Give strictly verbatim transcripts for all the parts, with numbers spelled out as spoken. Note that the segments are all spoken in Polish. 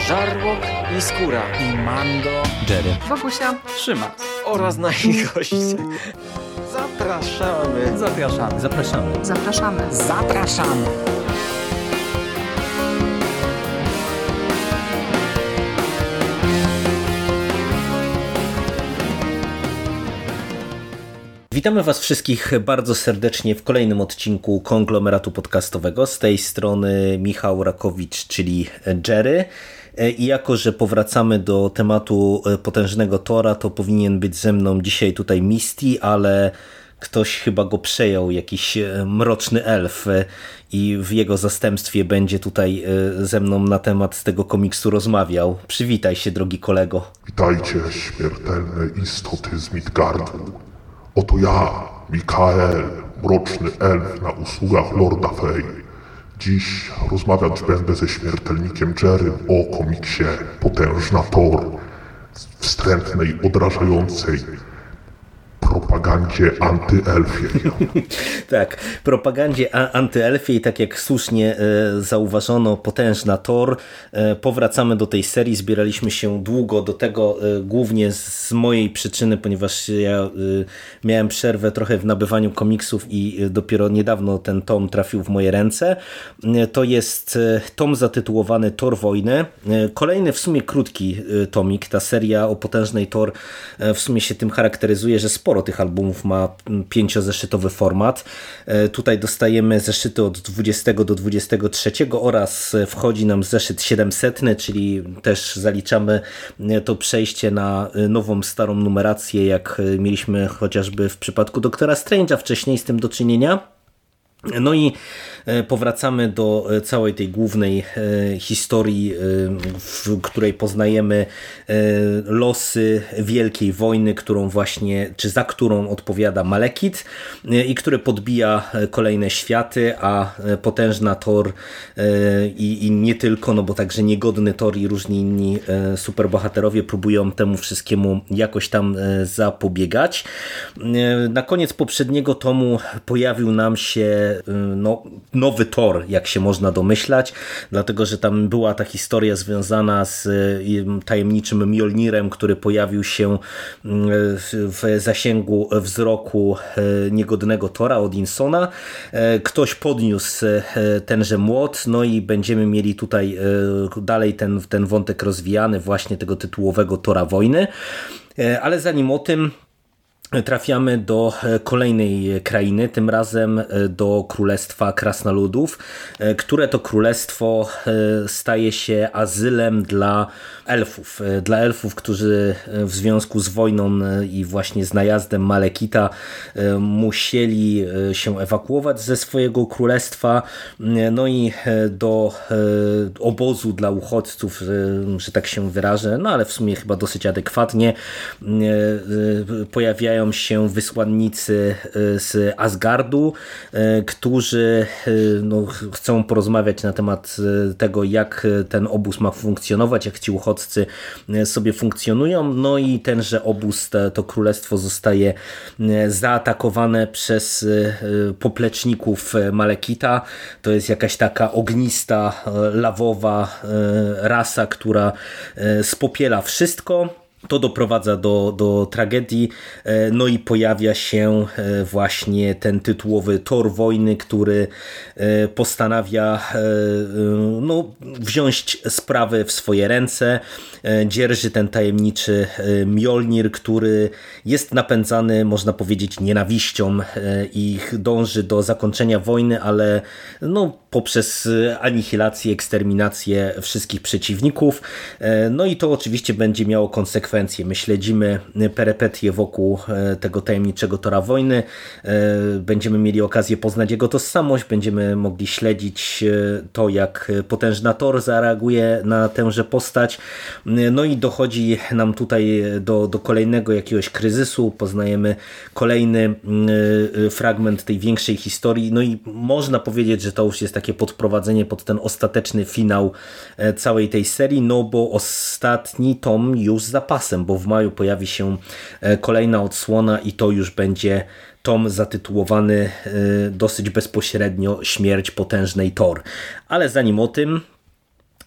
Żarłok i Skóra i Mando, Jerry, Wokusia, Szymas oraz nasi goście. Zapraszamy. Zapraszamy. Zapraszamy. Zapraszamy. Zapraszamy. Witamy Was wszystkich bardzo serdecznie w kolejnym odcinku Konglomeratu Podcastowego. Z tej strony Michał Rakowicz, czyli Jerry. I jako, że powracamy do tematu potężnego Tora, to powinien być ze mną dzisiaj tutaj Misty, ale ktoś chyba go przejął, jakiś mroczny elf, i w jego zastępstwie będzie tutaj ze mną na temat tego komiksu rozmawiał. Przywitaj się, drogi kolego. Witajcie, śmiertelne istoty z Midgardu. Oto ja, Mikael, mroczny elf na usługach Lorda Fey. Dziś rozmawiać będę ze śmiertelnikiem Jerrym o komiksie Potężna Thor, wstrętnej, odrażającej propagandzie antyelfiej. Tak, propagandzie antyelfiej, tak jak słusznie e, zauważono, Potężna Thor. E, powracamy do tej serii, zbieraliśmy się długo do tego, e, głównie z mojej przyczyny, ponieważ ja e, miałem przerwę trochę w nabywaniu komiksów i dopiero niedawno ten tom trafił w moje ręce. E, to jest e, tom zatytułowany Thor Wojny. E, kolejny w sumie krótki e, tomik. Ta seria o Potężnej Thor e, w sumie się tym charakteryzuje, że sporo tych albumów ma pięciozeszytowy format. Tutaj dostajemy zeszyty od dwudziestego do dwudziestego trzeciego oraz wchodzi nam zeszyt siedemsetny, czyli też zaliczamy to przejście na nową, starą numerację, jak mieliśmy chociażby w przypadku Doktora Strange'a wcześniej z tym do czynienia. No i powracamy do całej tej głównej historii, w której poznajemy losy wielkiej wojny, którą właśnie, czy za którą odpowiada Malekith i który podbija kolejne światy, a potężna Thor i, i nie tylko, no bo także niegodny Thor i różni inni superbohaterowie próbują temu wszystkiemu jakoś tam zapobiegać. Na koniec poprzedniego tomu pojawił nam się no, nowy Thor, jak się można domyślać, dlatego że tam była ta historia związana z tajemniczym Mjolnirem, który pojawił się w zasięgu wzroku niegodnego Thora, Odinsona. Ktoś podniósł tenże młot, no i będziemy mieli tutaj dalej ten, ten wątek rozwijany właśnie tego tytułowego Thora Wojny. Ale zanim o tym, trafiamy do kolejnej krainy, tym razem do Królestwa Krasnoludów, które to królestwo staje się azylem dla elfów. Dla elfów, którzy w związku z wojną i właśnie z najazdem Malekitha musieli się ewakuować ze swojego królestwa, no i do obozu dla uchodźców, że tak się wyrażę, no ale w sumie chyba dosyć adekwatnie, pojawiają się wysłannicy z Asgardu, którzy no, chcą porozmawiać na temat tego, jak ten obóz ma funkcjonować, jak ci uchodźcy sobie funkcjonują. No i tenże obóz, to, to królestwo zostaje zaatakowane przez popleczników Malekitha. To jest jakaś taka ognista, lawowa rasa, która spopiela wszystko. To doprowadza do, do tragedii, no i pojawia się właśnie ten tytułowy Thor Wojny, który postanawia no, wziąć sprawy w swoje ręce. Dzierży ten tajemniczy Mjolnir, który jest napędzany, można powiedzieć, nienawiścią i dąży do zakończenia wojny, ale no, poprzez anihilację, eksterminację wszystkich przeciwników. No i to oczywiście będzie miało konsekwencje. My śledzimy perypetie wokół tego tajemniczego Thora Wojny. Będziemy mieli okazję poznać jego tożsamość, będziemy mogli śledzić to, jak potężna Thor zareaguje na tęże postać. No i dochodzi nam tutaj do, do kolejnego jakiegoś kryzysu. Poznajemy kolejny fragment tej większej historii. No i można powiedzieć, że to już jest takie podprowadzenie pod ten ostateczny finał całej tej serii, no bo ostatni tom już za pasem, bo w maju pojawi się kolejna odsłona i to już będzie tom zatytułowany dosyć bezpośrednio Śmierć potężnej Thor. Ale zanim o tym,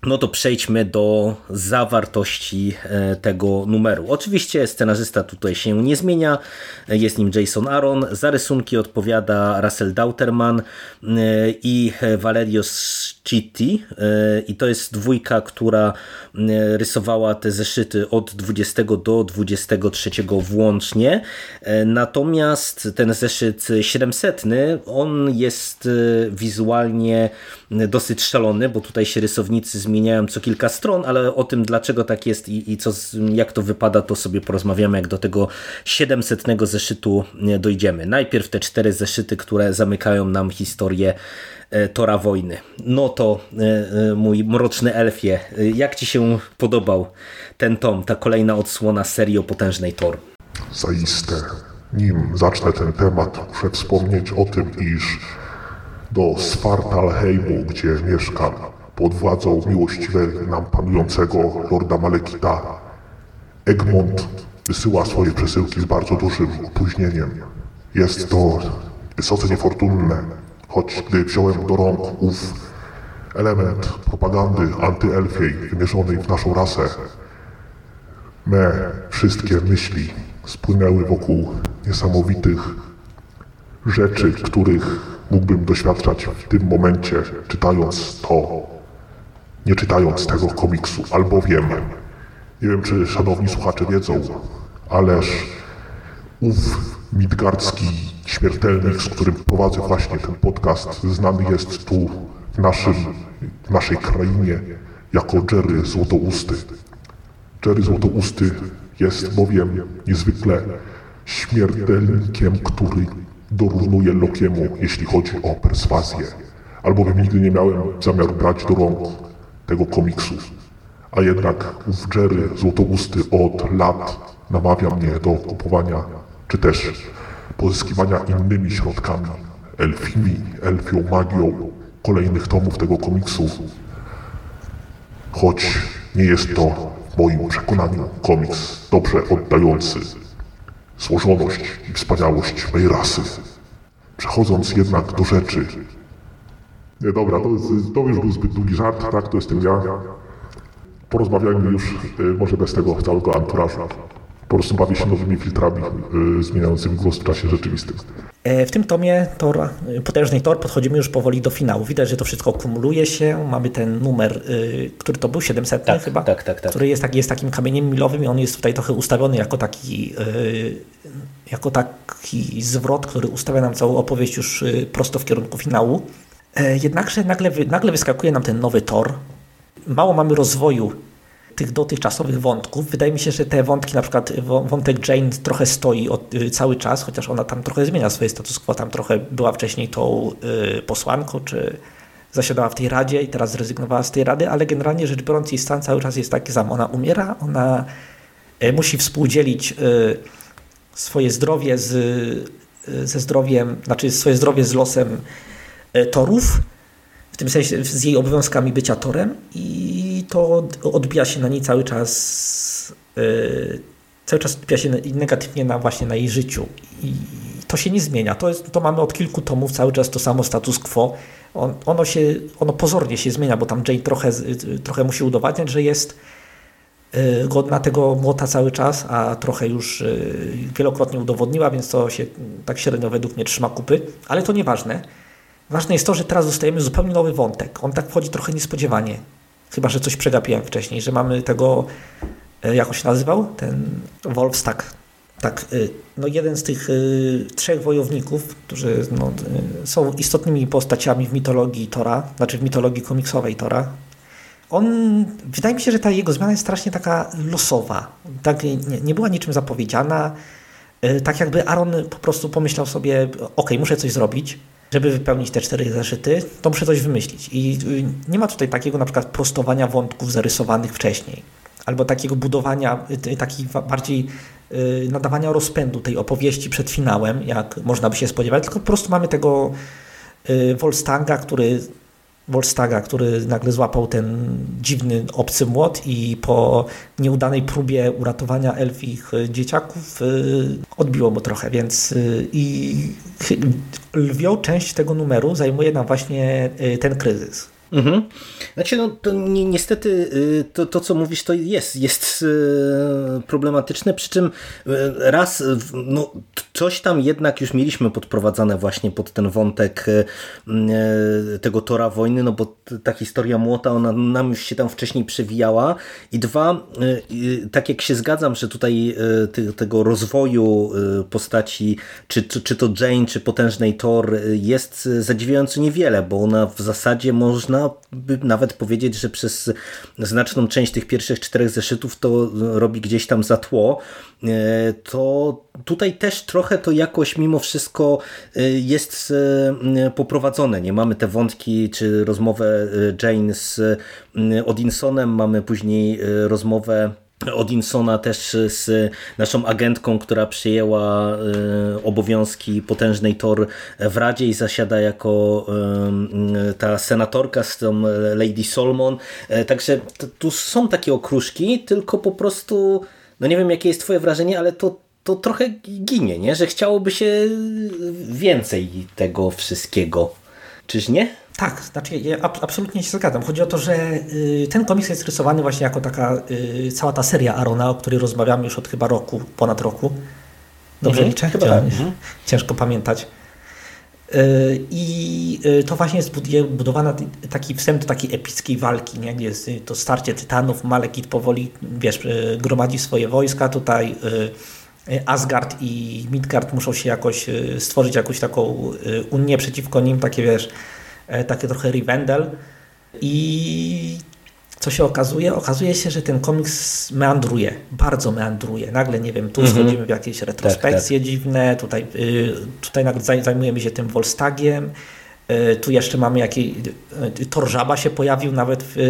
No to przejdźmy do zawartości tego numeru. Oczywiście scenarzysta tutaj się nie zmienia, jest nim Jason Aaron, za rysunki odpowiada Russell Dauterman i Valerio Schiti i to jest dwójka, która rysowała te zeszyty od dwudziestego do dwudziestego trzeciego włącznie, natomiast ten zeszyt siedemsetny, on jest wizualnie dosyć szalony, bo tutaj się rysownicy zmieniają co kilka stron, ale o tym, dlaczego tak jest i, i co, jak to wypada, to sobie porozmawiamy, jak do tego siedemsetnego zeszytu dojdziemy. Najpierw te cztery zeszyty, które zamykają nam historię Tora Wojny. No to mój mroczny elfie, jak ci się podobał ten tom, ta kolejna odsłona serii o potężnej Thor? Zaiste, nim zacznę ten temat, muszę wspomnieć o tym, iż do Svartalheimu, gdzie mieszkam, pod władzą miłościwego nam panującego Lorda Malekita, Egmont wysyła swoje przesyłki z bardzo dużym opóźnieniem. Jest to wysoce niefortunne, choć gdy wziąłem do rąk ów element propagandy antyelfiej wymierzonej w naszą rasę, me wszystkie myśli spłynęły wokół niesamowitych rzeczy, których mógłbym doświadczać w tym momencie, czytając to, nie czytając tego komiksu, albowiem, nie wiem czy szanowni słuchacze wiedzą, ależ ów midgardzki śmiertelnik, z którym prowadzę właśnie ten podcast, znany jest tu w, naszym, w naszej krainie jako Jerry Złotousty. Jerry Złotousty jest bowiem niezwykle śmiertelnikiem, który dorównuje Lokiemu, jeśli chodzi o perswazję. Albowiem nigdy nie miałem zamiaru brać do rąk tego komiksu. A jednak ów Jerry Złotousty od lat namawia mnie do kupowania, czy też pozyskiwania innymi środkami, elfimi, elfią magią, kolejnych tomów tego komiksu. Choć nie jest to w moim przekonaniu komiks dobrze oddający złożoność i wspaniałość mej rasy. Przechodząc jednak do rzeczy. Nie, dobra, to, jest, to już był zbyt długi żart, tak, to jestem ja. Porozmawiajmy już y, może bez tego całego anturażu. Po prostu bawię się nowymi filtrami y, zmieniającymi głos w czasie rzeczywistym. W tym tomie Thor, potężnej Thor podchodzimy już powoli do finału. Widać, że to wszystko kumuluje się. Mamy ten numer, y, który to był, siedemsetny tak, chyba, tak, tak, tak. który jest, taki, jest takim kamieniem milowym i on jest tutaj trochę ustawiony jako taki, y, jako taki zwrot, który ustawia nam całą opowieść już y, prosto w kierunku finału. Y, jednakże nagle, nagle wyskakuje nam ten nowy Thor. Mało mamy rozwoju tych dotychczasowych wątków. Wydaje mi się, że te wątki, na przykład wątek Jane trochę stoi od, y, cały czas, chociaż ona tam trochę zmienia swoje status quo, tam trochę była wcześniej tą y, posłanką, czy zasiadała w tej radzie i teraz zrezygnowała z tej rady, ale generalnie rzecz biorąc jej stan cały czas jest taki sam. Ona umiera, ona y, musi współdzielić y, swoje zdrowie z, y, ze zdrowiem, znaczy swoje zdrowie z losem y, Torów, w tym sensie z jej obowiązkami bycia Torem i to odbija się na niej cały czas, yy, cały czas odbija się negatywnie na, właśnie na jej życiu i to się nie zmienia. To, jest, to mamy od kilku tomów cały czas to samo status quo. On, ono, się, ono pozornie się zmienia, bo tam Jane trochę, yy, trochę musi udowadniać, że jest yy, godna tego młota cały czas, a trochę już yy, wielokrotnie udowodniła, więc to się tak średnio według mnie trzyma kupy, ale to nieważne. Ważne jest to, że teraz dostajemy zupełnie nowy wątek. On tak wchodzi trochę niespodziewanie. Chyba że coś przegapiłem wcześniej, że mamy tego, jak on się nazywał? Ten Wolfstag. Tak, no jeden z tych y, trzech wojowników, którzy no, y, są istotnymi postaciami w mitologii Thora, znaczy w mitologii komiksowej Thora. On, wydaje mi się, że ta jego zmiana jest strasznie taka losowa. Tak, nie, nie była niczym zapowiedziana. Y, tak jakby Aaron po prostu pomyślał sobie, okej, muszę coś zrobić. Żeby wypełnić te cztery zeszyty, to muszę coś wymyślić. I nie ma tutaj takiego na przykład prostowania wątków zarysowanych wcześniej, albo takiego budowania, takich bardziej nadawania rozpędu tej opowieści przed finałem, jak można by się spodziewać, tylko po prostu mamy tego Wolfstanga, który Wolfstaga, który nagle złapał ten dziwny obcy młot i po nieudanej próbie uratowania elfich dzieciaków odbiło mu trochę, więc i lwią część tego numeru zajmuje nam właśnie ten kryzys. Mhm. Znaczy, no to ni niestety to, to, co mówisz, to jest, jest problematyczne, przy czym raz, no coś tam jednak już mieliśmy podprowadzane właśnie pod ten wątek tego Tora wojny, no bo ta historia młota, ona nam już się tam wcześniej przewijała i dwa, tak jak się zgadzam, że tutaj te, tego rozwoju postaci, czy, czy, czy to Jane, czy potężnej Thor jest zadziwiająco niewiele, bo ona w zasadzie można by nawet powiedzieć, że przez znaczną część tych pierwszych czterech zeszytów to robi gdzieś tam za tło, to tutaj też trochę to jakoś mimo wszystko jest poprowadzone. Nie mamy te wątki, czy rozmowę Jane z Odinsonem, mamy później rozmowę Odinsona też z naszą agentką, która przyjęła obowiązki potężnej Thor w Radzie i zasiada jako ta senatorka z tą Lady Solomon. Także tu są takie okruszki, tylko po prostu, no nie wiem jakie jest twoje wrażenie, ale to, to trochę ginie, nie? Że chciałoby się więcej tego wszystkiego. Czyż nie? Tak, znaczy ja absolutnie się zgadzam. Chodzi o to, że y, ten komiks jest rysowany właśnie jako taka y, cała ta seria Arona, o której rozmawiamy już od chyba roku, ponad roku. Dobrze liczę? Chyba tak. Mhm. Ciężko pamiętać. Y, I y, to właśnie jest budowana taki wstęp do takiej epickiej walki, nie? Gdzie jest to starcie tytanów, Malekith powoli, wiesz, y, gromadzi swoje wojska. Tutaj y, Asgard i Midgard muszą się jakoś y, stworzyć jakąś taką y, unię przeciwko nim, takie wiesz, takie trochę Rivendell. I co się okazuje? Okazuje się, że ten komiks meandruje, bardzo meandruje. Nagle, nie wiem, tu schodzimy mm-hmm. w jakieś retrospekcje tak, tak. dziwne, tutaj, y, tutaj nagle zajmujemy się tym Volstagiem, y, tu jeszcze mamy jakiś y, Thor Żaba się pojawił nawet w,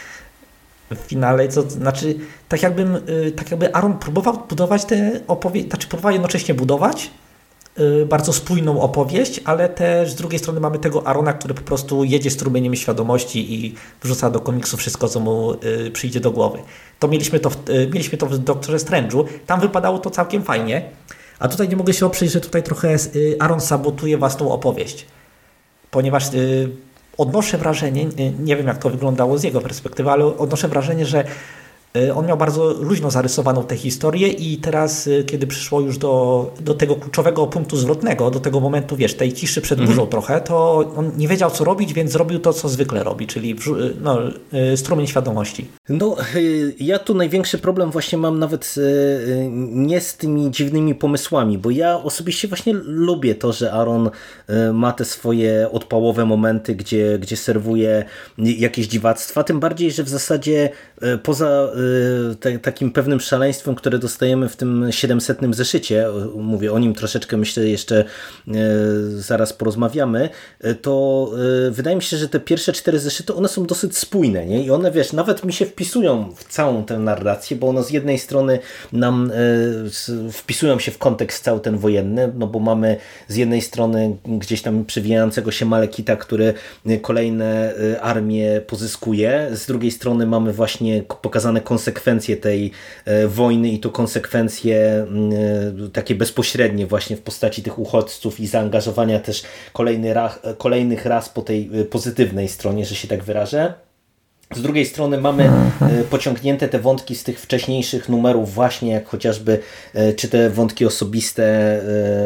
w finale, co znaczy tak jakbym, y, tak jakby Aaron próbował budować te opowieści, znaczy próbował jednocześnie budować bardzo spójną opowieść, ale też z drugiej strony mamy tego Arona, który po prostu jedzie strumieniem świadomości i wrzuca do komiksu wszystko, co mu y, przyjdzie do głowy. To mieliśmy to w, y, mieliśmy to w Doktorze Strange'u. Tam wypadało to całkiem fajnie, a tutaj nie mogę się oprzeć, że tutaj trochę y, Aaron sabotuje własną opowieść. Ponieważ y, odnoszę wrażenie, y, nie wiem jak to wyglądało z jego perspektywy, ale odnoszę wrażenie, że on miał bardzo luźno zarysowaną tę historię i teraz, kiedy przyszło już do, do tego kluczowego punktu zwrotnego, do tego momentu, wiesz, tej ciszy przed burzą mm. trochę, to on nie wiedział, co robić, więc zrobił to, co zwykle robi, czyli no, strumień świadomości. No, ja tu największy problem właśnie mam nawet nie z tymi dziwnymi pomysłami, bo ja osobiście właśnie lubię to, że Aaron ma te swoje odpałowe momenty, gdzie, gdzie serwuje jakieś dziwactwa, tym bardziej, że w zasadzie poza te, takim pewnym szaleństwem, które dostajemy w tym siedemsetnym zeszycie, mówię o nim troszeczkę, myślę jeszcze zaraz porozmawiamy, to wydaje mi się, że te pierwsze cztery zeszyty, one są dosyć spójne, nie? I one, wiesz, nawet mi się wpisują w całą tę narrację, bo one z jednej strony nam wpisują się w kontekst cały ten wojenny, no bo mamy z jednej strony gdzieś tam przewijającego się Malekita, który kolejne armie pozyskuje, z drugiej strony mamy właśnie pokazane konsekwencje tej wojny i to konsekwencje takie bezpośrednie właśnie w postaci tych uchodźców i zaangażowania też kolejny ras, kolejnych ras po tej pozytywnej stronie, że się tak wyrażę. Z drugiej strony mamy pociągnięte te wątki z tych wcześniejszych numerów właśnie, jak chociażby czy te wątki osobiste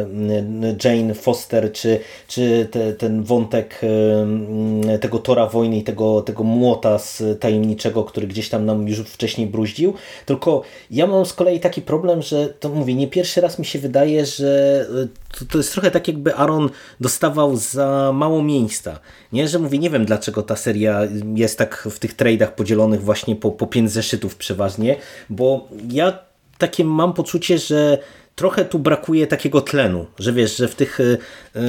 Jane Foster, czy, czy te, ten wątek tego Tora wojny i tego, tego młota z tajemniczego, który gdzieś tam nam już wcześniej bruździł. Tylko ja mam z kolei taki problem, że to mówię, nie pierwszy raz mi się wydaje, że to, to jest trochę tak, jakby Aaron dostawał za mało miejsca. Nie, że mówię, nie wiem dlaczego ta seria jest tak w tych trade'ach podzielonych właśnie po, po pięć zeszytów przeważnie, bo ja takie mam poczucie, że trochę tu brakuje takiego tlenu, że wiesz, że w tych yy,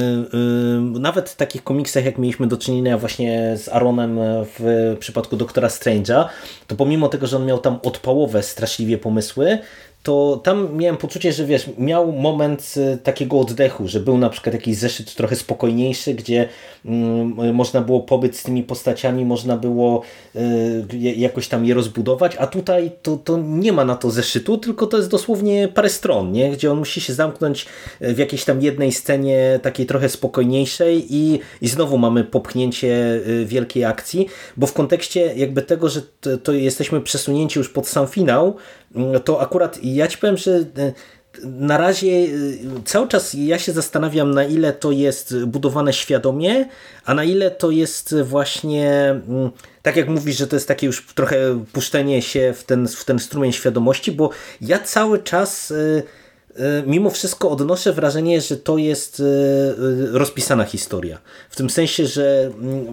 yy, nawet takich komiksach, jak mieliśmy do czynienia właśnie z Aaronem w przypadku Doktora Strange'a, to pomimo tego, że on miał tam odpałowe straszliwie pomysły, to tam miałem poczucie, że wiesz, miał moment takiego oddechu, że był na przykład jakiś zeszyt trochę spokojniejszy, gdzie mm, można było pobyć z tymi postaciami, można było y, jakoś tam je rozbudować, a tutaj to, to nie ma na to zeszytu, tylko to jest dosłownie parę stron, nie? Gdzie on musi się zamknąć w jakiejś tam jednej scenie takiej trochę spokojniejszej i, i znowu mamy popchnięcie wielkiej akcji, bo w kontekście jakby tego, że to, to jesteśmy przesunięci już pod sam finał, to akurat ja ci powiem, że na razie cały czas ja się zastanawiam, na ile to jest budowane świadomie, a na ile to jest właśnie, tak jak mówisz, że to jest takie już trochę puszczenie się w ten, w ten strumień świadomości, bo ja cały czas mimo wszystko odnoszę wrażenie, że to jest rozpisana historia. W tym sensie, że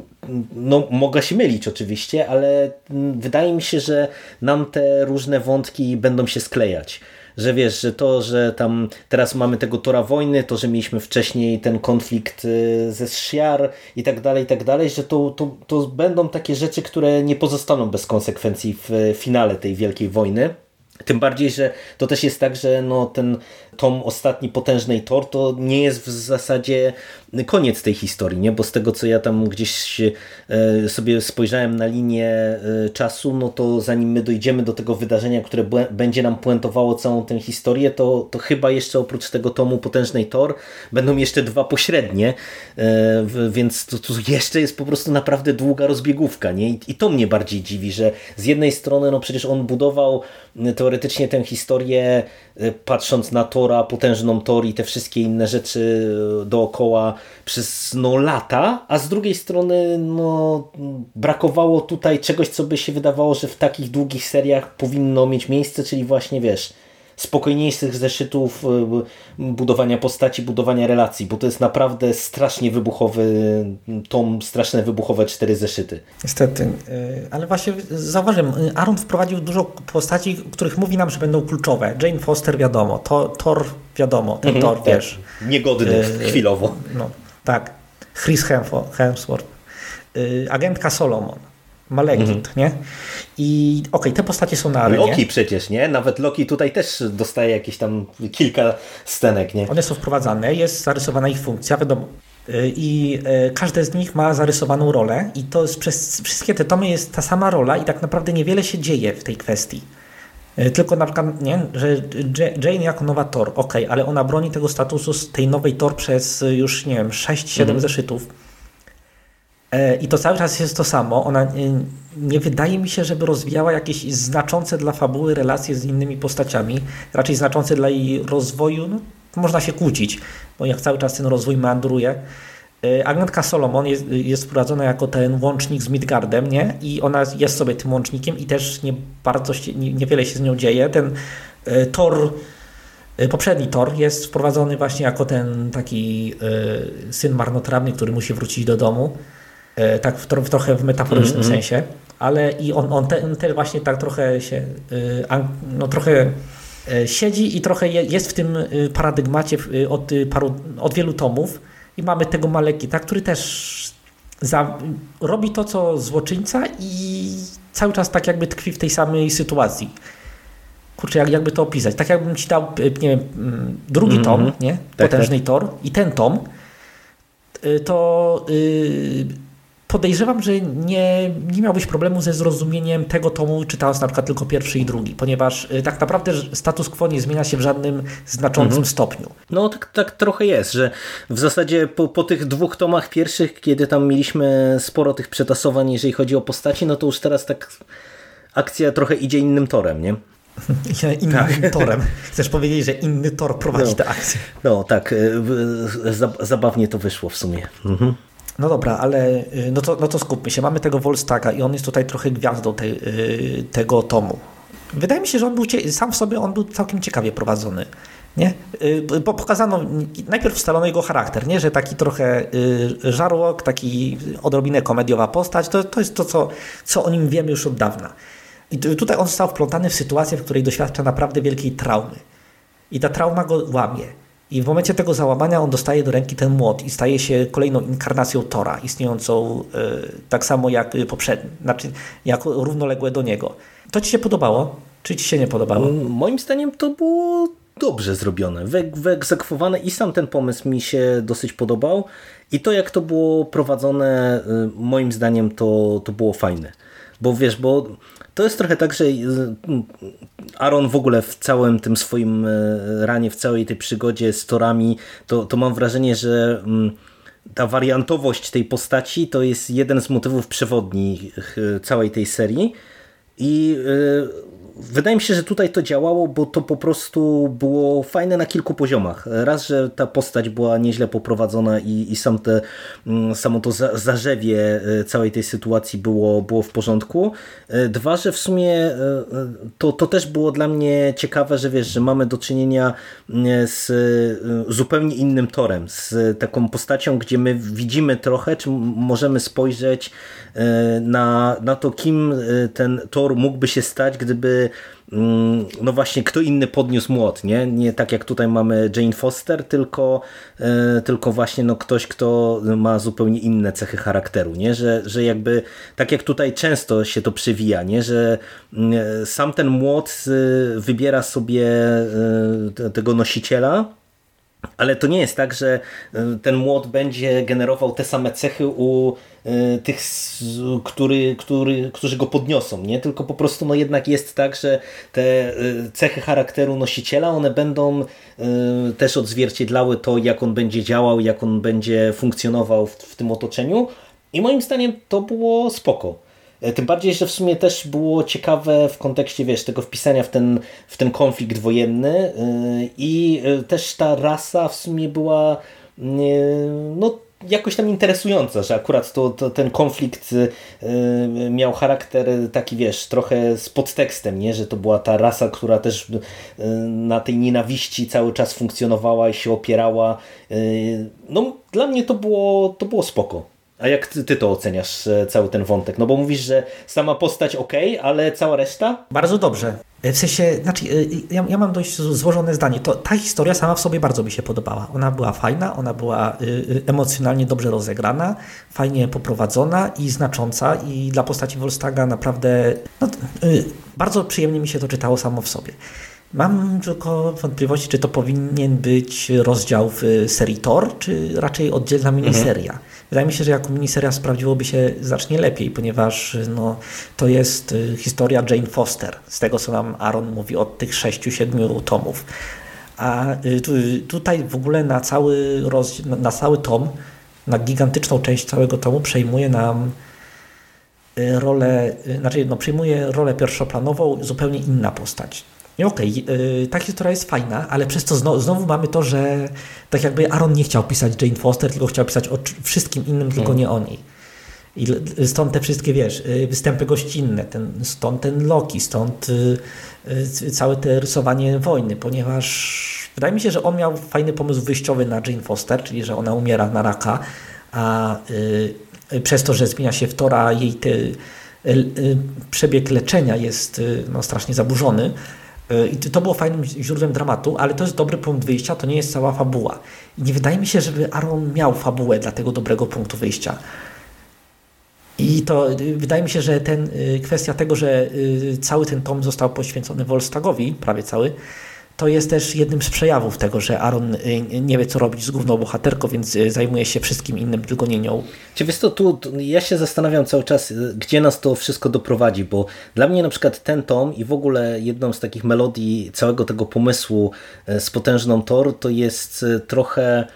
no, mogę się mylić oczywiście, ale wydaje mi się, że nam te różne wątki będą się sklejać. Że wiesz, że to, że tam teraz mamy tego Tora wojny, to, że mieliśmy wcześniej ten konflikt ze Shi'ar i tak dalej, i tak dalej, że to, to, to będą takie rzeczy, które nie pozostaną bez konsekwencji w finale tej wielkiej wojny. Tym bardziej, że to też jest tak, że no ten tom ostatni potężnej Thor to nie jest w zasadzie koniec tej historii, nie? Bo z tego, co ja tam gdzieś sobie spojrzałem na linię czasu, no to zanim my dojdziemy do tego wydarzenia, które będzie nam puentowało całą tę historię, to, to chyba jeszcze oprócz tego tomu potężnej Thor będą jeszcze dwa pośrednie, więc to, to jeszcze jest po prostu naprawdę długa rozbiegówka, nie? I, i to mnie bardziej dziwi, że z jednej strony no przecież on budował teoretycznie tę historię patrząc na Tora, potężną Thor i te wszystkie inne rzeczy dookoła przez no, lata, a z drugiej strony no, brakowało tutaj czegoś, co by się wydawało, że w takich długich seriach powinno mieć miejsce, czyli właśnie wiesz, spokojniejszych zeszytów budowania postaci, budowania relacji, bo to jest naprawdę strasznie wybuchowy tom, straszne wybuchowe cztery zeszyty. Niestety, ale właśnie zauważyłem, Aaron wprowadził dużo postaci, których mówi nam, że będą kluczowe. Jane Foster wiadomo, to, Thor wiadomo, ten mhm, Thor tak. wiesz. Niegodny yy, chwilowo. No, tak. Chris Hemsworth, yy, agentka Solomon, Malekith, mhm. nie? I okej, okay, te postacie są na arenie. Loki przecież, nie? Nawet Loki tutaj też dostaje jakieś tam kilka scenek, nie? One są wprowadzane, jest zarysowana ich funkcja, wiadomo. I każde z nich ma zarysowaną rolę i to jest, przez wszystkie te tomy jest ta sama rola i tak naprawdę niewiele się dzieje w tej kwestii. Tylko na przykład, nie, że Jane jako nowa Thor, okej, okay, ale ona broni tego statusu z tej nowej Thor przez już, nie wiem, sześć siedem mhm. zeszytów. I to cały czas jest to samo. Ona nie wydaje mi się, żeby rozwijała jakieś znaczące dla fabuły relacje z innymi postaciami, raczej znaczące dla jej rozwoju. No, można się kłócić, bo jak cały czas ten rozwój meandruje. Agentka Solomon jest, jest wprowadzona jako ten łącznik z Midgardem, nie? I ona jest sobie tym łącznikiem i też nie bardzo się, nie, niewiele się z nią dzieje. Ten y, Thor, y, poprzedni Thor jest wprowadzony właśnie jako ten taki y, syn marnotrawny, który musi wrócić do domu. Y, tak w, w, trochę w metaforycznym mm-hmm. sensie. Ale i on, on, te, on też właśnie tak trochę się y, an, no trochę y, siedzi i trochę je, jest w tym y, paradygmacie y, od, y, paru, od wielu tomów. I mamy tego Malekitha, który też za, robi to, co złoczyńca i cały czas tak jakby tkwi w tej samej sytuacji. Kurczę, jak, jakby to opisać? Tak jakbym ci dał, nie wiem, drugi mm-hmm. tom, nie? Potężnej tak, tak. Thor i ten tom, to yy, podejrzewam, że nie, nie miałbyś problemu ze zrozumieniem tego tomu, czytając na przykład tylko pierwszy i drugi, ponieważ y, tak naprawdę status quo nie zmienia się w żadnym znaczącym mhm. stopniu. No tak, tak trochę jest, że w zasadzie po, po tych dwóch tomach pierwszych, kiedy tam mieliśmy sporo tych przetasowań, jeżeli chodzi o postaci, no to już teraz tak akcja trochę idzie innym torem, nie? Innym tak. torem. Chcesz powiedzieć, że inny tor prowadzi no, tę akcję. No tak, zabawnie to wyszło w sumie. Mhm. No dobra, ale no to, no to skupmy się. Mamy tego Volstaga i on jest tutaj trochę gwiazdą te, tego tomu. Wydaje mi się, że on był sam w sobie on był całkiem ciekawie prowadzony. Nie? Bo pokazano, najpierw ustalono jego charakter, nie? Że taki trochę żarłok, taki odrobinę komediowa postać, to, to jest to, co, co o nim wiemy już od dawna. I tutaj on został wplątany w sytuację, w której doświadcza naprawdę wielkiej traumy. I ta trauma go łamie. I w momencie tego załamania on dostaje do ręki ten młot i staje się kolejną inkarnacją Thora, istniejącą y, tak samo jak poprzedni, znaczy jako równoległe do niego. To ci się podobało? Czy ci się nie podobało? Moim zdaniem to było dobrze zrobione, wy, wyegzekwowane i sam ten pomysł mi się dosyć podobał i to jak to było prowadzone, moim zdaniem to, to było fajne. Bo wiesz, bo to jest trochę tak, że Aaron w ogóle w całym tym swoim ranie, w całej tej przygodzie z torami, to, to mam wrażenie, że ta wariantowość tej postaci to jest jeden z motywów przewodnich całej tej serii i wydaje mi się, że tutaj to działało, bo to po prostu było fajne na kilku poziomach. Raz, że ta postać była nieźle poprowadzona i, i sam te, samo to za, zarzewie całej tej sytuacji było, było w porządku. Dwa, że w sumie to, to też było dla mnie ciekawe, że wiesz, że mamy do czynienia z zupełnie innym torem, z taką postacią, gdzie my widzimy trochę, czy możemy spojrzeć na, na to, kim ten tor mógłby się stać, gdyby no właśnie kto inny podniósł młot, nie? Nie tak jak tutaj mamy Jane Foster, tylko, tylko właśnie no ktoś, kto ma zupełnie inne cechy charakteru, nie? Że, że jakby tak jak tutaj często się to przewija, nie? Że sam ten młot wybiera sobie tego nosiciela, ale to nie jest tak, że ten młot będzie generował te same cechy u tych, który, który, którzy go podniosą, nie? Tylko po prostu no jednak jest tak, że te cechy charakteru nosiciela, one będą też odzwierciedlały to, jak on będzie działał, jak on będzie funkcjonował w, w tym otoczeniu i moim zdaniem to było spoko. Tym bardziej, że w sumie też było ciekawe w kontekście, wiesz, tego wpisania w ten, w ten konflikt wojenny i też ta rasa w sumie była no jakoś tam interesująca, że akurat to, to ten konflikt miał charakter taki, wiesz, trochę z podtekstem, nie? Że to była ta rasa, która też na tej nienawiści cały czas funkcjonowała i się opierała. No dla mnie to było, to było spoko. A jak ty, ty to oceniasz, cały ten wątek? No bo mówisz, że sama postać ok, ale cała reszta? Bardzo dobrze. W sensie, znaczy, ja, ja mam dość złożone zdanie. To, ta historia sama w sobie bardzo mi się podobała. Ona była fajna, ona była y, emocjonalnie dobrze rozegrana, fajnie poprowadzona i znacząca i dla postaci Volstaga naprawdę no, y, bardzo przyjemnie mi się to czytało samo w sobie. Mam tylko wątpliwości, czy to powinien być rozdział w serii Thor, czy raczej oddzielna miniseria. Mhm. Wydaje mi się, że jako miniseria sprawdziłoby się znacznie lepiej, ponieważ no, to jest historia Jane Foster, z tego co nam Aaron mówi od tych sześciu, siedmiu tomów. A tu, tutaj w ogóle na cały, roz, na cały tom, na gigantyczną część całego tomu przejmuje nam rolę, znaczy no, przejmuje rolę pierwszoplanową zupełnie inna postać. I okej, okay, ta historia jest fajna, ale przez to znowu, znowu mamy to, że tak jakby Aaron nie chciał pisać Jane Foster, tylko chciał pisać o wszystkim innym, tylko nie o niej. I stąd te wszystkie, wiesz, występy gościnne, ten, stąd ten Loki, stąd całe te rysowanie wojny, ponieważ wydaje mi się, że on miał fajny pomysł wyjściowy na Jane Foster, czyli że ona umiera na raka, a y, przez to, że zmienia się w Tora, jej te, y, y, przebieg leczenia jest y, no, strasznie zaburzony. I to było fajnym źródłem dramatu, ale to jest dobry punkt wyjścia, to nie jest cała fabuła. I nie wydaje mi się, żeby Aaron miał fabułę dla tego dobrego punktu wyjścia. I to wydaje mi się, że ten, kwestia tego, że cały ten tom został poświęcony Volstagowi, prawie cały, to jest też jednym z przejawów tego, że Aaron nie wie, co robić z główną bohaterką, więc zajmuje się wszystkim innym, tylko nie nią. Wiesz co, tu, tu ja się zastanawiam cały czas, gdzie nas to wszystko doprowadzi, bo dla mnie na przykład ten tom i w ogóle jedną z takich melodii całego tego pomysłu z potężną Thor to jest trochę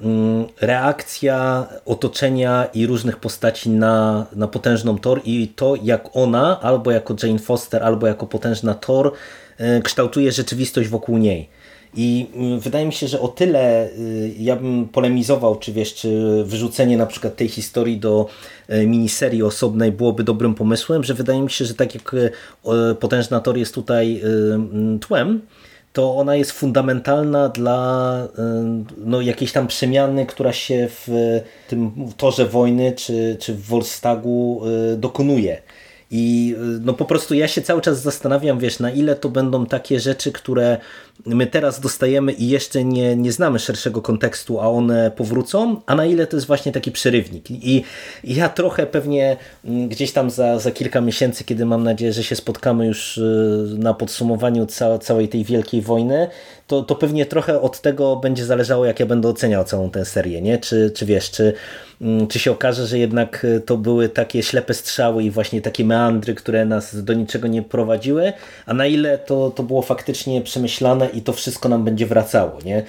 reakcja otoczenia i różnych postaci na, na potężną Thor i to, jak ona, albo jako Jane Foster, albo jako potężna Thor kształtuje rzeczywistość wokół niej. I wydaje mi się, że o tyle ja bym polemizował, czy wiesz, czy wyrzucenie na przykład tej historii do miniserii osobnej byłoby dobrym pomysłem, że wydaje mi się, że tak jak potężna Thor jest tutaj tłem, to ona jest fundamentalna dla no, jakiejś tam przemiany, która się w tym torze wojny, czy, czy w Volstagu dokonuje. I no po prostu ja się cały czas zastanawiam, wiesz, na ile to będą takie rzeczy, które my teraz dostajemy i jeszcze nie, nie znamy szerszego kontekstu, a one powrócą, a na ile to jest właśnie taki przerywnik. I, i ja trochę pewnie gdzieś tam za, za kilka miesięcy, kiedy mam nadzieję, że się spotkamy już na podsumowaniu ca, całej tej wielkiej wojny, to, to pewnie trochę od tego będzie zależało, jak ja będę oceniał całą tę serię, nie? Czy, czy wiesz, czy, czy się okaże, że jednak to były takie ślepe strzały i właśnie takie meandry, które nas do niczego nie prowadziły, a na ile to, to było faktycznie przemyślane i to wszystko nam będzie wracało, nie?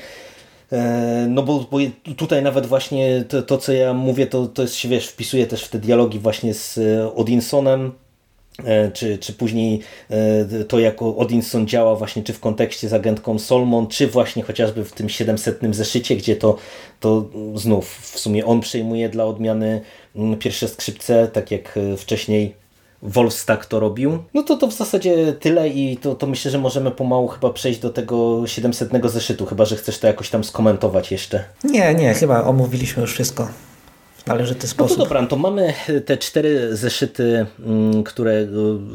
No bo, bo tutaj nawet właśnie to, to co ja mówię, to, to jest, wiesz, wpisuje też w te dialogi właśnie z Odinsonem, czy, czy później to, jak Odinson działa właśnie czy w kontekście z agentką Solomon, czy właśnie chociażby w tym siedemsetnym zeszycie, gdzie to, to znów w sumie on przejmuje dla odmiany pierwsze skrzypce, tak jak wcześniej Volstagg to robił. No to to w zasadzie tyle i to, to myślę, że możemy pomału chyba przejść do tego siedemsetnego zeszytu, chyba że chcesz to jakoś tam skomentować jeszcze. Nie, nie, chyba omówiliśmy już wszystko w należyty sposób. No to dobra, to mamy te cztery zeszyty, które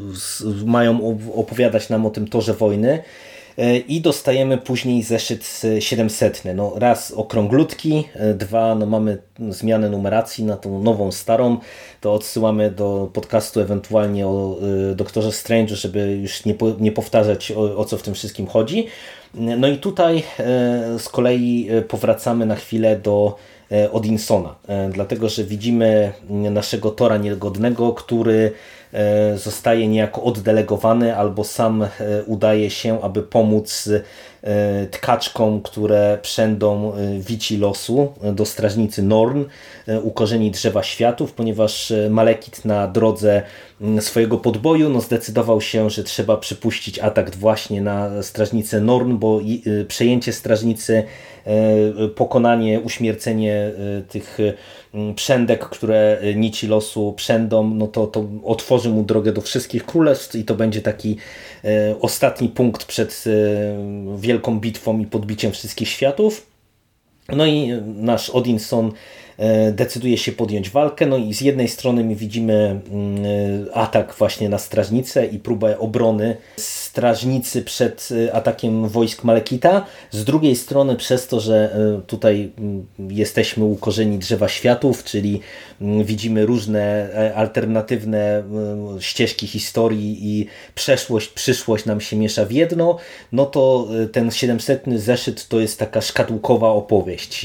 mają opowiadać nam o tym torze wojny. I dostajemy później zeszyt siedemsetny. No raz okrąglutki, dwa no mamy zmianę numeracji na tą nową, starą. To odsyłamy do podcastu ewentualnie o Doktorze Strange'u, żeby już nie, po, nie powtarzać o, o co w tym wszystkim chodzi. No i tutaj z kolei powracamy na chwilę do Odinsona, dlatego że widzimy naszego Tora Niegodnego, który zostaje niejako oddelegowany albo sam udaje się, aby pomóc tkaczkom, które przędą wici losu do strażnicy Norn u korzeni drzewa światów, ponieważ Malekith na drodze swojego podboju no, zdecydował się, że trzeba przypuścić atak właśnie na strażnicę Norn, bo przejęcie strażnicy, pokonanie, uśmiercenie tych przędek, które nici losu przędą, no to, to otworzy mu drogę do wszystkich królestw i to będzie taki ostatni punkt przed wielką bitwą i podbiciem wszystkich światów. No i nasz Odinson decyduje się podjąć walkę, no i z jednej strony my widzimy atak właśnie na strażnicę i próbę obrony strażnicy przed atakiem wojsk Malekitha, z drugiej strony przez to, że tutaj jesteśmy u korzeni drzewa światów, czyli widzimy różne alternatywne ścieżki historii i przeszłość, przyszłość nam się miesza w jedno, no to ten siedemsetny zeszyt to jest taka szkatułkowa opowieść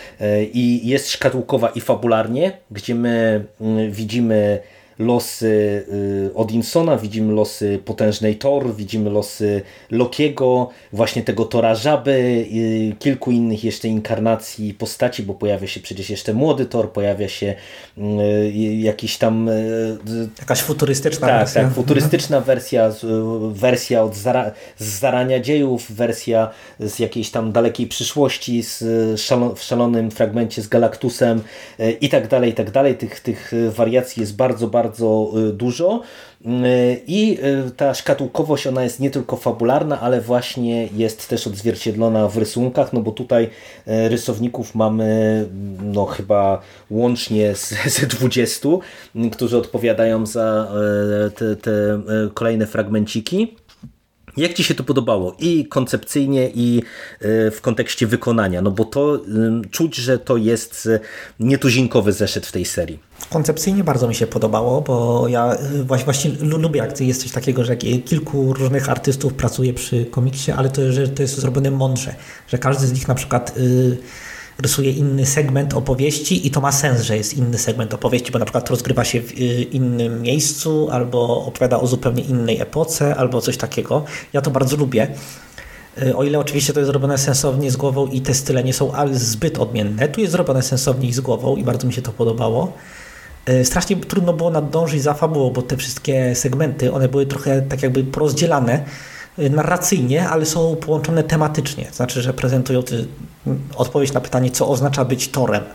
i jest szkatułkowa i fabularnie, gdzie my widzimy losy Odinsona, widzimy losy potężnej Thor, widzimy losy Lokiego, właśnie tego Tora Żaby, kilku innych jeszcze inkarnacji postaci, bo pojawia się przecież jeszcze młody Thor, pojawia się jakiś tam... Jakaś futurystyczna tak, wersja. Tak, futurystyczna wersja, wersja od zara z zarania dziejów, wersja z jakiejś tam dalekiej przyszłości, z szalo w szalonym fragmencie z Galactusem i tak dalej, i tak dalej. Tych, tych wariacji jest bardzo, bardzo bardzo dużo i ta szkatułkowość ona jest nie tylko fabularna, ale właśnie jest też odzwierciedlona w rysunkach, no bo tutaj rysowników mamy no chyba łącznie z, z dwudziestu, którzy odpowiadają za te, te kolejne fragmenciki. Jak Ci się to podobało? I koncepcyjnie, i w kontekście wykonania, no bo to czuć, że to jest nietuzinkowy zeszyt w tej serii. Koncepcyjnie bardzo mi się podobało, bo ja właśnie lubię, jak jest coś takiego, że kilku różnych artystów pracuje przy komiksie, ale to, że to jest zrobione mądrze, że każdy z nich na przykład y, rysuje inny segment opowieści i to ma sens, że jest inny segment opowieści, bo na przykład rozgrywa się w innym miejscu, albo opowiada o zupełnie innej epoce, albo coś takiego. Ja to bardzo lubię. O ile oczywiście to jest zrobione sensownie z głową i te style nie są zbyt odmienne, tu jest zrobione sensownie i z głową i bardzo mi się to podobało. Strasznie trudno było nadążyć za fabułą, bo te wszystkie segmenty, one były trochę tak jakby porozdzielane narracyjnie, ale są połączone tematycznie. Znaczy, że prezentują odpowiedź na pytanie, co oznacza być Torem.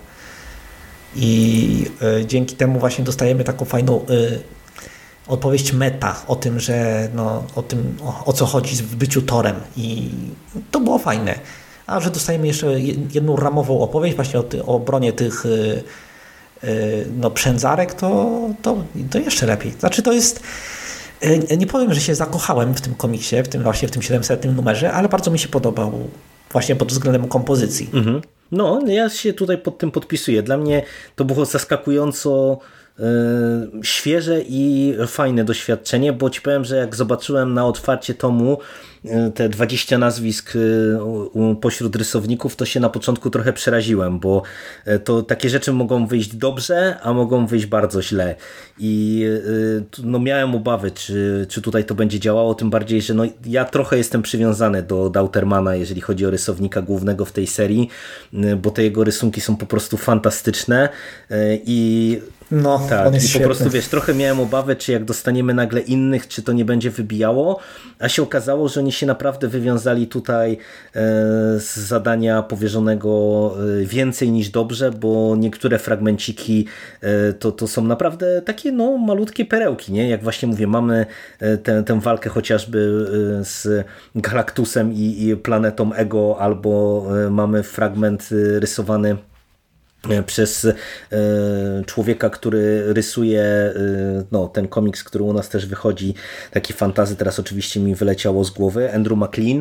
I y, dzięki temu właśnie dostajemy taką fajną y, opowieść meta o tym, że no, o tym, o, o co chodzi w byciu Torem. I to było fajne. A że dostajemy jeszcze jedną ramową opowieść właśnie o, ty, o obronie tych y, no, Przędzarek, to, to, to jeszcze lepiej. Znaczy to jest... Nie powiem, że się zakochałem w tym komiksie, w tym właśnie w tym siedemsetnym numerze, ale bardzo mi się podobał właśnie pod względem kompozycji. Mhm. No, ja się tutaj pod tym podpisuję. Dla mnie to było zaskakująco świeże i fajne doświadczenie, bo ci powiem, że jak zobaczyłem na otwarcie tomu te dwadzieścia nazwisk pośród rysowników, to się na początku trochę przeraziłem, bo to takie rzeczy mogą wyjść dobrze, a mogą wyjść bardzo źle i no miałem obawy, czy, czy tutaj to będzie działało, tym bardziej, że no ja trochę jestem przywiązany do Dautermana, jeżeli chodzi o rysownika głównego w tej serii, bo te jego rysunki są po prostu fantastyczne i No, tak, on jest i po świetny. prostu wiesz, trochę miałem obawy, czy jak dostaniemy nagle innych, czy to nie będzie wybijało, a się okazało, że oni się naprawdę wywiązali tutaj e, z zadania powierzonego e, więcej niż dobrze, bo niektóre fragmenciki e, to, to są naprawdę takie no malutkie perełki, nie? Jak właśnie mówię, mamy e, tę, tę walkę chociażby e, z Galactusem i, i planetą Ego, albo e, mamy fragment e, rysowany przez e, człowieka, który rysuje e, no, ten komiks, który u nas też wychodzi, taki fantasy, teraz oczywiście mi wyleciało z głowy, Andrew McLean, e,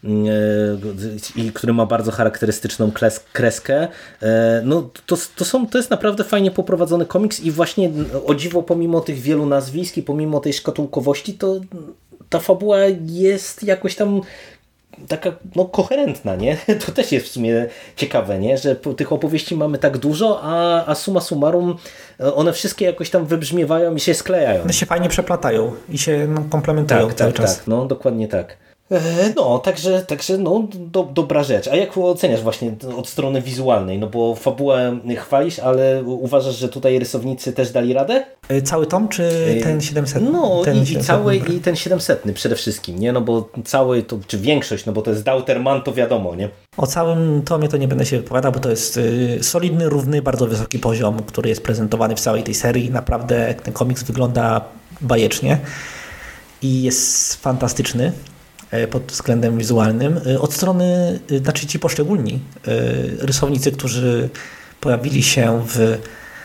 i który ma bardzo charakterystyczną kres, kreskę. E, no, to, to, są, to jest naprawdę fajnie poprowadzony komiks i właśnie o dziwo, pomimo tych wielu nazwisk i pomimo tej szkatułkowości, to ta fabuła jest jakoś tam taka no, koherentna, nie? To też jest w sumie ciekawe, nie? Że tych opowieści mamy tak dużo, a, a summa summarum one wszystkie jakoś tam wybrzmiewają i się sklejają. One się fajnie przeplatają i się no, komplementują Tak, cały tak, czas. tak, no dokładnie tak. No, także, także no, do, dobra rzecz. A jak oceniasz właśnie od strony wizualnej? No bo fabułę chwalisz, ale uważasz, że tutaj rysownicy też dali radę? Cały tom, czy ten siedemsetny? No ten i, i siedemsetny. cały i ten siedemsetny przede wszystkim, nie? No bo cały, to, czy większość, no bo to jest Dauterman, to wiadomo, nie? O całym tomie to nie będę się wypowiadał, bo to jest y, solidny, równy, bardzo wysoki poziom, który jest prezentowany w całej tej serii. Naprawdę ten komiks wygląda bajecznie i jest fantastyczny pod względem wizualnym. Od strony, znaczy ci poszczególni rysownicy, którzy pojawili się w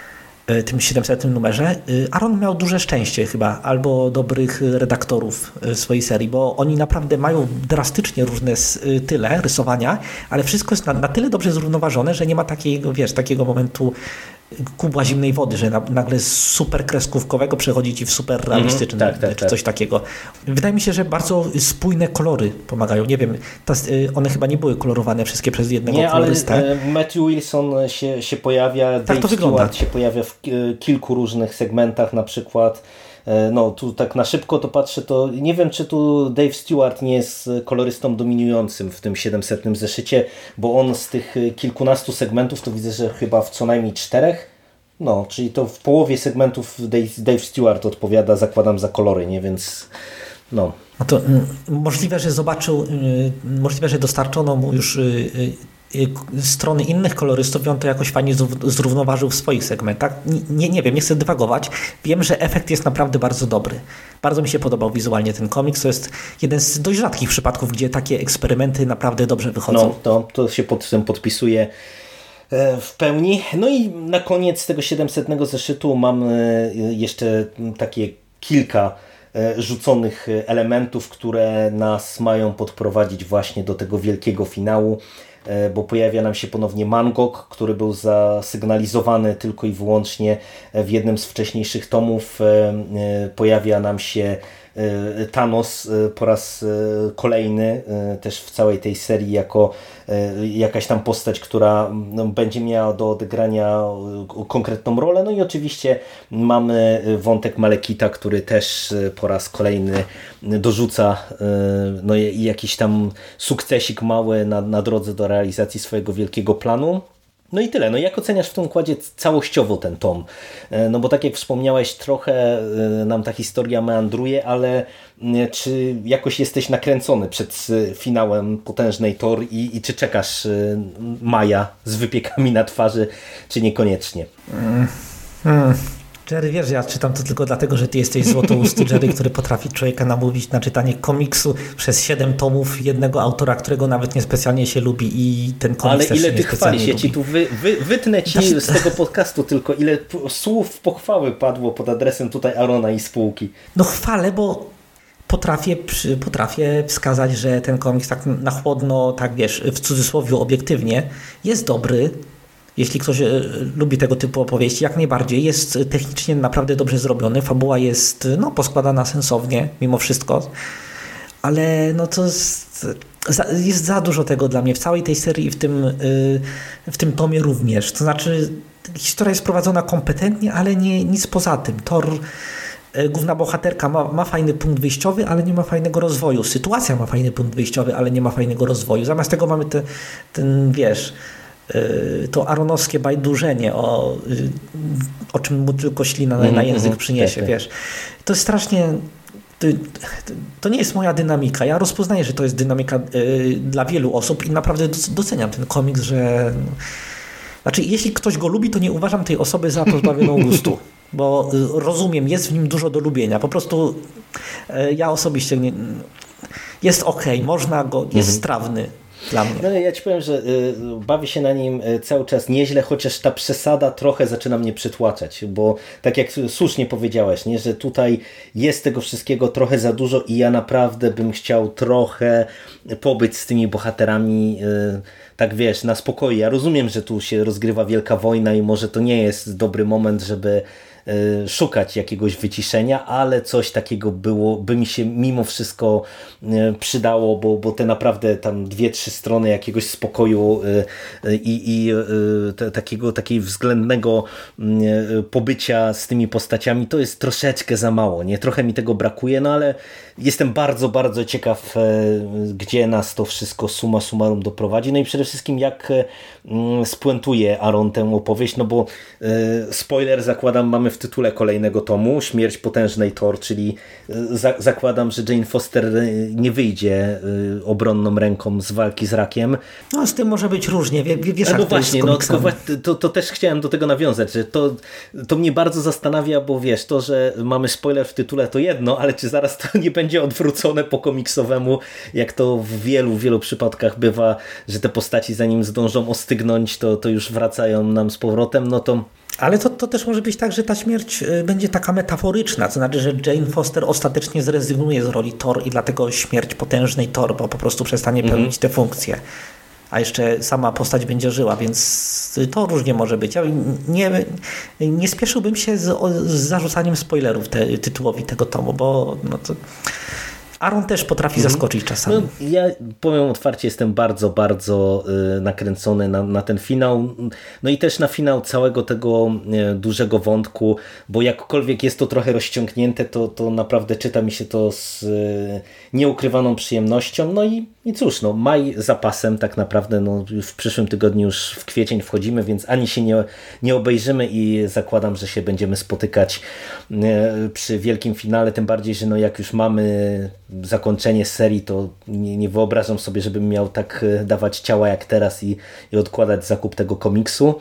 tym siedemsetnym numerze, Aaron miał duże szczęście chyba, albo dobrych redaktorów swojej serii, bo oni naprawdę mają drastycznie różne style rysowania, ale wszystko jest na, na tyle dobrze zrównoważone, że nie ma takiego, wiesz, takiego momentu kubła zimnej wody, że na, nagle z super kreskówkowego przechodzi ci w super realistyczny, mm, tak, tak, czy coś tak. takiego. Wydaje mi się, że bardzo spójne kolory pomagają. Nie wiem, ta, one chyba nie były kolorowane wszystkie przez jednego nie, kolorystę. Ale Matthew Wilson się, się pojawia, tak Dave to wygląda. Stewart się pojawia w kilku różnych segmentach, na przykład no tu tak na szybko to patrzę, to nie wiem, czy tu Dave Stewart nie jest kolorystą dominującym w tym siedemsetnym zeszycie, bo on z tych kilkunastu segmentów to widzę, że chyba w co najmniej czterech, no, czyli to w połowie segmentów Dave, Dave Stewart odpowiada, zakładam, za kolory, nie, więc no. No to mm, możliwe, że zobaczył, y, możliwe, że dostarczono mu już y, y, strony innych kolorystów i on to jakoś fajnie zrównoważył w swoich segmentach. Nie, nie wiem, nie chcę dywagować. Wiem, że efekt jest naprawdę bardzo dobry. Bardzo mi się podobał wizualnie ten komiks. To jest jeden z dość rzadkich przypadków, gdzie takie eksperymenty naprawdę dobrze wychodzą. No, to, to się pod tym podpisuje w pełni. No i na koniec tego siedemsetnego zeszytu mam jeszcze takie kilka rzuconych elementów, które nas mają podprowadzić właśnie do tego wielkiego finału, bo pojawia nam się ponownie Mangok, który był zasygnalizowany tylko i wyłącznie w jednym z wcześniejszych tomów. Pojawia nam się Thanos po raz kolejny też w całej tej serii jako jakaś tam postać, która będzie miała do odegrania konkretną rolę. No i oczywiście mamy wątek Malekita, który też po raz kolejny dorzuca no, jakiś tam sukcesik mały na, na drodze do realizacji swojego wielkiego planu. No i tyle. No jak oceniasz w tym układzie całościowo ten tom? No bo tak jak wspomniałeś, trochę nam ta historia meandruje, ale czy jakoś jesteś nakręcony przed finałem potężnej Thor i, i czy czekasz maja z wypiekami na twarzy, czy niekoniecznie? Hmm. Hmm. Jerry, wiesz, ja czytam to tylko dlatego, że ty jesteś złotousty Jerry, który potrafi człowieka namówić na czytanie komiksu przez siedem tomów jednego autora, którego nawet niespecjalnie się lubi i ten komiks Ale też ile się ty chwalisz, ja lubi. ci tu wy, wy, wytnę ci Znaczy... z tego podcastu tylko, ile p- słów pochwały padło pod adresem tutaj Arona i spółki. No chwalę, bo potrafię, przy, potrafię wskazać, że ten komiks tak na chłodno, tak wiesz, w cudzysłowie obiektywnie jest dobry. Jeśli ktoś lubi tego typu opowieści, jak najbardziej. Jest technicznie naprawdę dobrze zrobiony. Fabuła jest no, poskładana sensownie, mimo wszystko. Ale no to jest za, jest za dużo tego dla mnie. W całej tej serii i w tym, w tym tomie również. To znaczy historia jest prowadzona kompetentnie, ale nie, nic poza tym. Thor, główna bohaterka ma, ma fajny punkt wyjściowy, ale nie ma fajnego rozwoju. Sytuacja ma fajny punkt wyjściowy, ale nie ma fajnego rozwoju. Zamiast tego mamy te, ten, wiesz... to aronowskie bajdurzenie, o, o czym mu tylko ślina na, na język przyniesie, wiesz. To jest strasznie... To, to nie jest moja dynamika. Ja rozpoznaję, że to jest dynamika y, dla wielu osób i naprawdę doceniam ten komiks, że... Znaczy, jeśli ktoś go lubi, to nie uważam tej osoby za pozbawioną gustu, bo y, rozumiem, jest w nim dużo do lubienia. Po prostu y, ja osobiście... Nie, jest okej, okay, można go... Jest mhm. strawny. Dla mnie. No ja ci powiem, że y, bawię się na nim cały czas nieźle, chociaż ta przesada trochę zaczyna mnie przytłaczać, bo tak jak słusznie powiedziałeś, nie, że tutaj jest tego wszystkiego trochę za dużo i ja naprawdę bym chciał trochę pobyć z tymi bohaterami, y, tak wiesz, na spokoju. Ja rozumiem, że tu się rozgrywa wielka wojna i może to nie jest dobry moment, żeby szukać jakiegoś wyciszenia, ale coś takiego było, by mi się mimo wszystko przydało, bo, bo te naprawdę tam dwie, trzy strony jakiegoś spokoju i, i te, takiego takiego względnego pobycia z tymi postaciami to jest troszeczkę za mało, nie? Trochę mi tego brakuje, no ale jestem bardzo, bardzo ciekaw, gdzie nas to wszystko summa summarum doprowadzi, no i przede wszystkim jak spuentuje Aaron tę opowieść, no bo spoiler, zakładam, mamy w tytule kolejnego tomu Śmierć potężnej Thor, czyli za zakładam, że Jane Foster nie wyjdzie obronną ręką z walki z rakiem. No z tym może być różnie, wie, wiesz, no właśnie, no, to, to też chciałem do tego nawiązać, że to, to mnie bardzo zastanawia, bo wiesz, to, że mamy spoiler w tytule to jedno, ale czy zaraz to nie będzie odwrócone po komiksowemu, jak to w wielu, wielu przypadkach bywa, że te postaci zanim zdążą ostygnąć, to, to już wracają nam z powrotem, no to ale to, to też może być tak, że ta śmierć będzie taka metaforyczna, to znaczy, że Jane Foster ostatecznie zrezygnuje z roli Thor i dlatego śmierć potężnej Thor, bo po prostu przestanie pełnić mm. te funkcje. A jeszcze sama postać będzie żyła, więc to różnie może być. Ja nie, nie spieszyłbym się z, z zarzucaniem spoilerów te, tytułowi tego tomu, bo no to... Aaron też potrafi zaskoczyć czasami. No, ja powiem otwarcie, jestem bardzo, bardzo y, nakręcony na, na ten finał. No i też na finał całego tego y, dużego wątku, bo jakkolwiek jest to trochę rozciągnięte, to, to naprawdę czyta mi się to z y, nieukrywaną przyjemnością. No i, i cóż, no, maj zapasem tak naprawdę, no, już w przyszłym tygodniu już w kwiecień wchodzimy, więc ani się nie, nie obejrzymy i zakładam, że się będziemy spotykać y, przy wielkim finale, tym bardziej, że no, jak już mamy zakończenie serii, to nie, nie wyobrażam sobie, żebym miał tak dawać ciała jak teraz i, i odkładać zakup tego komiksu.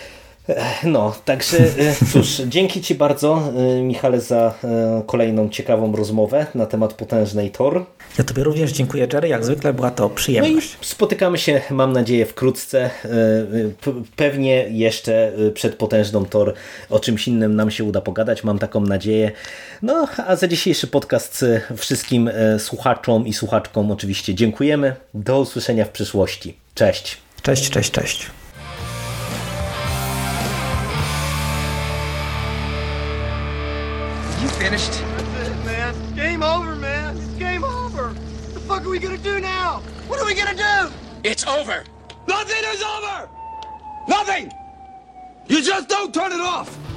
No, także cóż, dzięki Ci bardzo, Michale, za kolejną ciekawą rozmowę na temat potężnej Thor. Ja Tobie również dziękuję, Jerry, jak zwykle była to przyjemność. No i spotykamy się, mam nadzieję, wkrótce. Pewnie jeszcze przed potężną Thor o czymś innym nam się uda pogadać, mam taką nadzieję. No, a za dzisiejszy podcast wszystkim słuchaczom i słuchaczkom oczywiście dziękujemy. Do usłyszenia w przyszłości. Cześć. Cześć, cześć, cześć. Finished? That's it, man. Game over, man. It's game over. What the fuck are we gonna do now? What are we gonna do? It's over. Nothing is over. Nothing. You just don't turn it off.